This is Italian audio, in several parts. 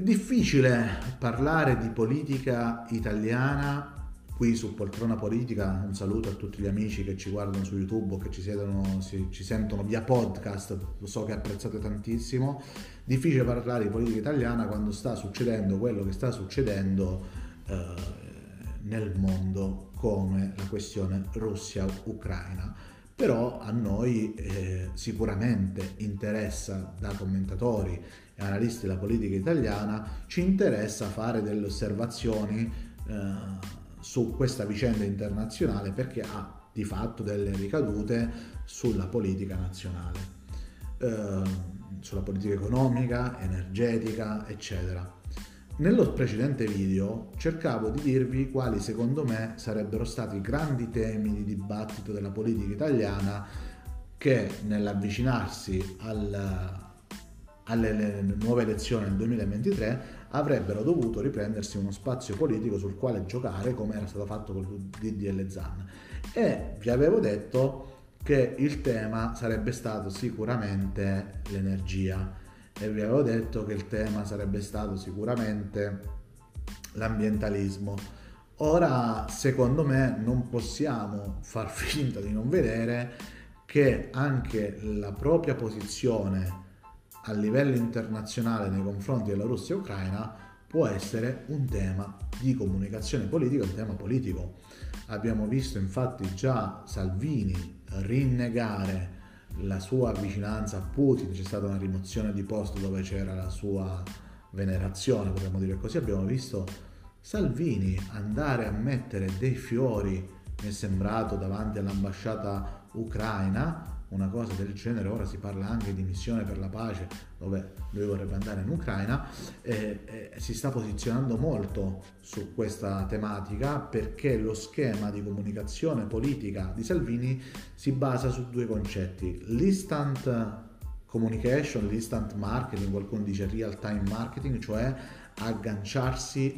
difficile parlare di politica italiana qui su Poltrona Politica. Un saluto a tutti gli amici che ci guardano su YouTube o che ci sentono via podcast, lo so che apprezzate tantissimo. Difficile parlare di politica italiana quando sta succedendo quello che sta succedendo nel mondo, come la questione Russia-Ucraina. Però a noi sicuramente interessa, da commentatori e analisti della politica italiana, ci interessa fare delle osservazioni su questa vicenda internazionale, perché ha di fatto delle ricadute sulla politica nazionale, sulla politica economica, energetica, eccetera. Nello precedente video cercavo di dirvi quali secondo me sarebbero stati i grandi temi di dibattito della politica italiana che nell'avvicinarsi alle nuove elezioni nel 2023 avrebbero dovuto riprendersi uno spazio politico sul quale giocare, come era stato fatto col DDL Zan. E vi avevo detto che il tema sarebbe stato sicuramente l'energia, e vi avevo detto che il tema sarebbe stato sicuramente l'ambientalismo. Ora, secondo me, non possiamo far finta di non vedere che anche la propria posizione a livello internazionale nei confronti della Russia e Ucraina può essere un tema di comunicazione politica, un tema politico. Abbiamo visto infatti già Salvini rinnegare la sua vicinanza a Putin, c'è stata una rimozione di post dove c'era la sua venerazione, potremmo dire così. Abbiamo visto Salvini andare a mettere dei fiori, mi è sembrato, davanti all'ambasciata ucraina, una cosa del genere. Ora si parla anche di missione per la pace, dove lui vorrebbe andare in Ucraina, e si sta posizionando molto su questa tematica, perché lo schema di comunicazione politica di Salvini si basa su due concetti: l'instant communication, l'instant marketing, qualcuno dice real time marketing, cioè agganciarsi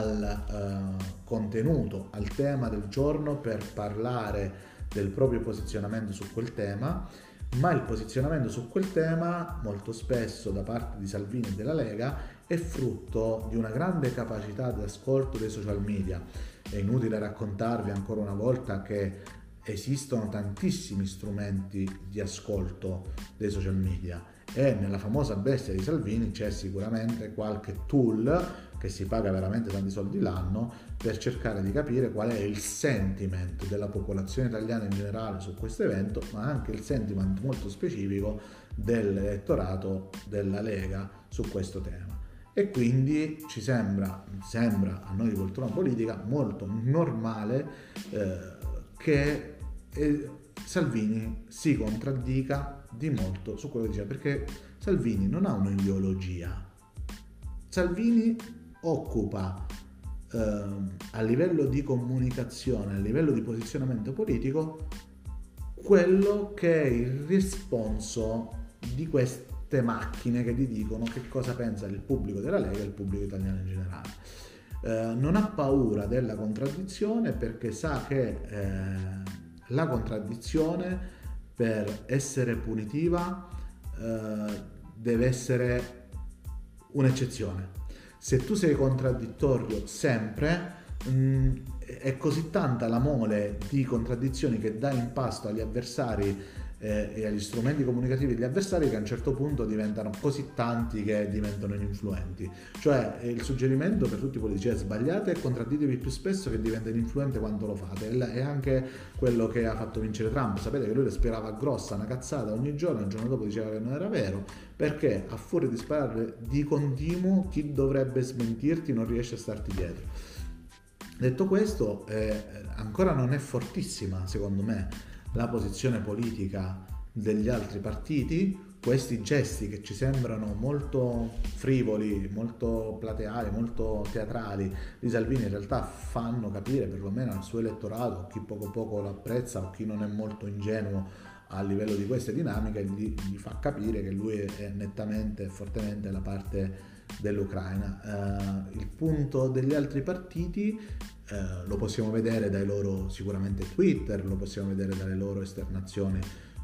al contenuto, al tema del giorno per parlare del proprio posizionamento su quel tema. Ma il posizionamento su quel tema molto spesso da parte di Salvini e della Lega è frutto di una grande capacità di ascolto dei social media. È inutile raccontarvi ancora una volta che esistono tantissimi strumenti di ascolto dei social media, e nella famosa bestia di Salvini c'è sicuramente qualche tool che si paga veramente tanti soldi l'anno per cercare di capire qual è il sentiment della popolazione italiana in generale su questo evento, ma anche il sentiment molto specifico dell'elettorato della Lega su questo tema. E quindi ci sembra a noi di Poltrona Politica molto normale che Salvini si contraddica di molto su quello che diceva, perché Salvini non ha un'ideologia. Salvini occupa a livello di comunicazione, a livello di posizionamento politico, quello che è il risponso di queste macchine che gli dicono che cosa pensa il pubblico della Lega e il pubblico italiano in generale. Non ha paura della contraddizione, perché sa che la contraddizione, per essere punitiva, deve essere un'eccezione. Se tu sei contraddittorio sempre, è così tanta la mole di contraddizioni che dà in pasto agli avversari e agli strumenti comunicativi degli avversari, che a un certo punto diventano così tanti che diventano ininfluenti. Cioè, il suggerimento per tutti i politici è: sbagliate e contradditevi più spesso, che diventa ininfluente quanto lo fate. È anche quello che ha fatto vincere Trump. Sapete che lui respirava grossa, una cazzata ogni giorno, il giorno dopo diceva che non era vero, perché a furia di sparare di continuo, chi dovrebbe smentirti non riesce a starti dietro. Detto questo, ancora non è fortissima, secondo me, la posizione politica degli altri partiti. Questi gesti che ci sembrano molto frivoli, molto plateali, molto teatrali di Salvini, in realtà fanno capire, perlomeno al suo elettorato, chi poco lo apprezza o chi non è molto ingenuo a livello di queste dinamiche, gli fa capire che lui è nettamente e fortemente dalla parte dell'Ucraina. Il punto degli altri partiti lo possiamo vedere dai loro sicuramente Twitter, lo possiamo vedere dalle loro esternazioni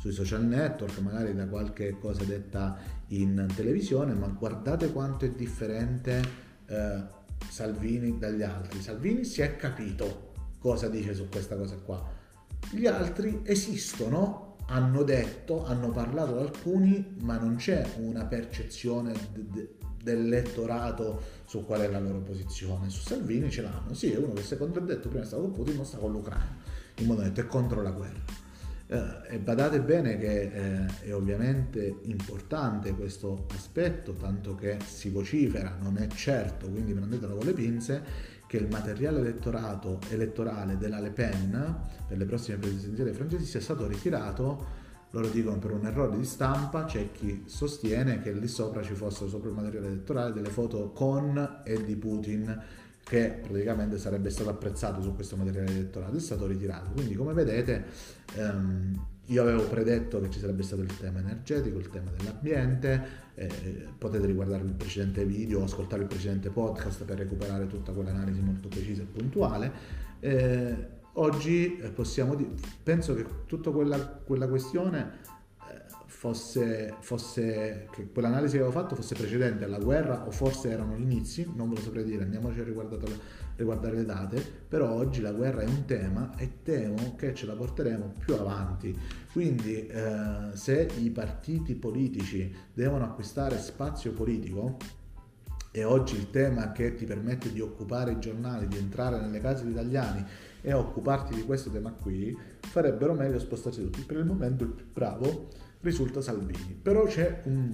sui social network, magari da qualche cosa detta in televisione, ma guardate quanto è differente Salvini dagli altri. Salvini si è capito cosa dice su questa cosa qua, gli altri esistono, hanno detto, hanno parlato ad alcuni, ma non c'è una percezione dell'elettorato su qual è la loro posizione. Su Salvini ce l'hanno, sì, è uno che secondo ha detto prima stava con Putin, non sta con l'Ucraina, in modo netto è contro la guerra. E badate bene che è ovviamente importante questo aspetto, tanto che si vocifera, non è certo, quindi prendetelo con le pinze, che il materiale elettorale della Le Pen per le prossime presidenziali francesi sia stato ritirato. Loro dicono per un errore di stampa, c'è chi sostiene che lì sopra ci fossero sopra il materiale elettorale delle foto con e di Putin, che praticamente sarebbe stato apprezzato su questo materiale elettorale, è stato ritirato. Quindi come vedete io avevo predetto che ci sarebbe stato il tema energetico, il tema dell'ambiente, potete riguardare il precedente video o ascoltare il precedente podcast per recuperare tutta quell'analisi molto precisa e puntuale. Oggi possiamo dire, penso che tutta quella questione fosse che quell'analisi che avevo fatto fosse precedente alla guerra o forse erano gli inizi, non ve lo saprei dire, andiamoci a riguardare le date, però oggi la guerra è un tema e temo che ce la porteremo più avanti. Quindi se i partiti politici devono acquistare spazio politico, e oggi il tema che ti permette di occupare i giornali, di entrare nelle case degli italiani e occuparti di questo tema qui, farebbero meglio spostarsi tutti. Per il momento il più bravo risulta Salvini, però c'è un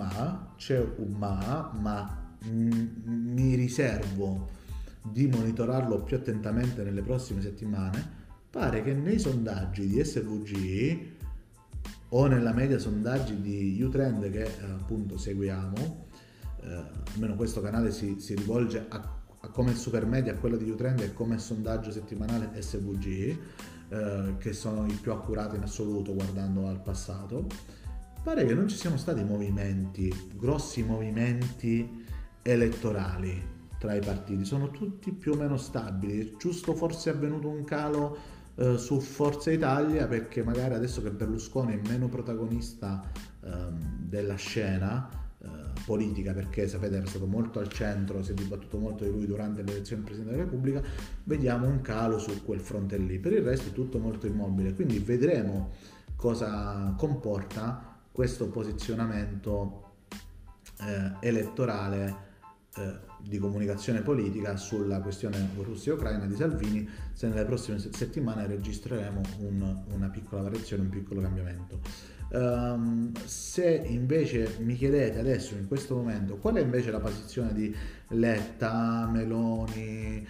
ma mi riservo di monitorarlo più attentamente nelle prossime settimane. Pare che nei sondaggi di SVG o nella media sondaggi di Utrend che appunto seguiamo, almeno questo canale si rivolge a come super media a quello di Utrend e come sondaggio settimanale SVG, che sono i più accurati in assoluto guardando al passato. Pare che non ci siano stati grossi movimenti elettorali tra i partiti, sono tutti più o meno stabili, giusto forse è avvenuto un calo su Forza Italia, perché magari adesso che Berlusconi è meno protagonista della scena politica, perché sapete era stato molto al centro, si è dibattuto molto di lui durante le elezioni del Presidente della Repubblica, vediamo un calo su quel fronte lì. Per il resto è tutto molto immobile, quindi vedremo cosa comporta questo posizionamento elettorale di comunicazione politica sulla questione Russia e Ucraina di Salvini, se nelle prossime settimane registreremo una piccola variazione, un piccolo cambiamento. Se invece mi chiedete adesso in questo momento qual è invece la posizione di Letta, Meloni,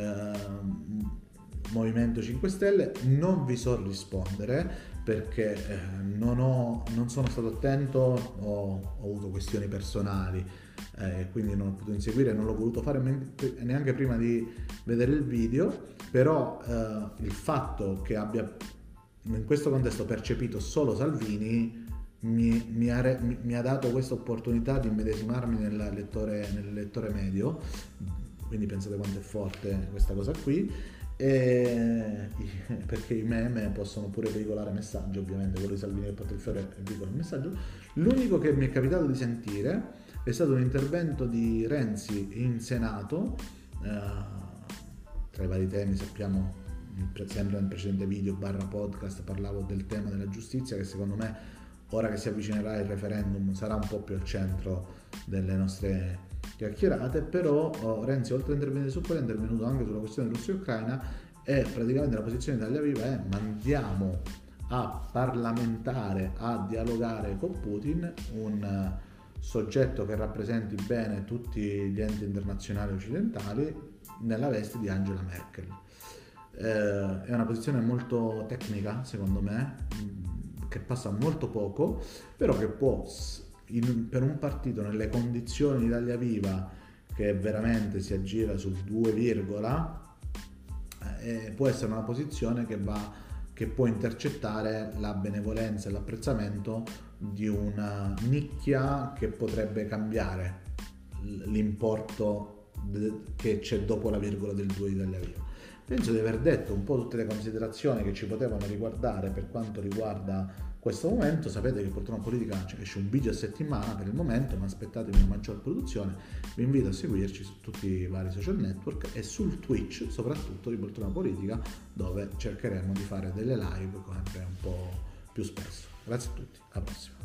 Movimento 5 Stelle, non vi so rispondere perché non sono stato attento, ho avuto questioni personali, quindi non ho potuto inseguire, non l'ho voluto fare neanche prima di vedere il video, però il fatto che abbia in questo contesto percepito solo Salvini mi ha dato questa opportunità di immedesimarmi nel lettore medio, quindi pensate quanto è forte questa cosa qui, perché i meme possono pure veicolare messaggi, ovviamente quello di Salvini che porta il fiore veicola il messaggio. L'unico che mi è capitato di sentire è stato un intervento di Renzi in Senato, tra i vari temi sappiamo, sempre nel precedente video /podcast parlavo del tema della giustizia, che secondo me ora che si avvicinerà il referendum sarà un po' più al centro delle nostre chiacchierate. Però Renzi, oltre a intervenire su quello, è intervenuto anche sulla questione Russia e Ucraina, e praticamente la posizione di Italia Viva è: mandiamo a parlamentare, a dialogare con Putin un soggetto che rappresenti bene tutti gli enti internazionali occidentali nella veste di Angela Merkel. È una posizione molto tecnica, secondo me, che passa molto poco, però che può, per un partito nelle condizioni di Italia Viva, che veramente si aggira sul 2, può essere una posizione che può intercettare la benevolenza e l'apprezzamento di una nicchia che potrebbe cambiare l'importo che c'è dopo la virgola del 2 di Italia Viva. Penso di aver detto un po' tutte le considerazioni che ci potevano riguardare per quanto riguarda questo momento. Sapete che Poltrona Politica esce un video a settimana per il momento, ma aspettatevi una maggior produzione. Vi invito a seguirci su tutti i vari social network e sul Twitch soprattutto di Poltrona Politica, dove cercheremo di fare delle live sempre un po' più spesso. Grazie a tutti, alla prossima.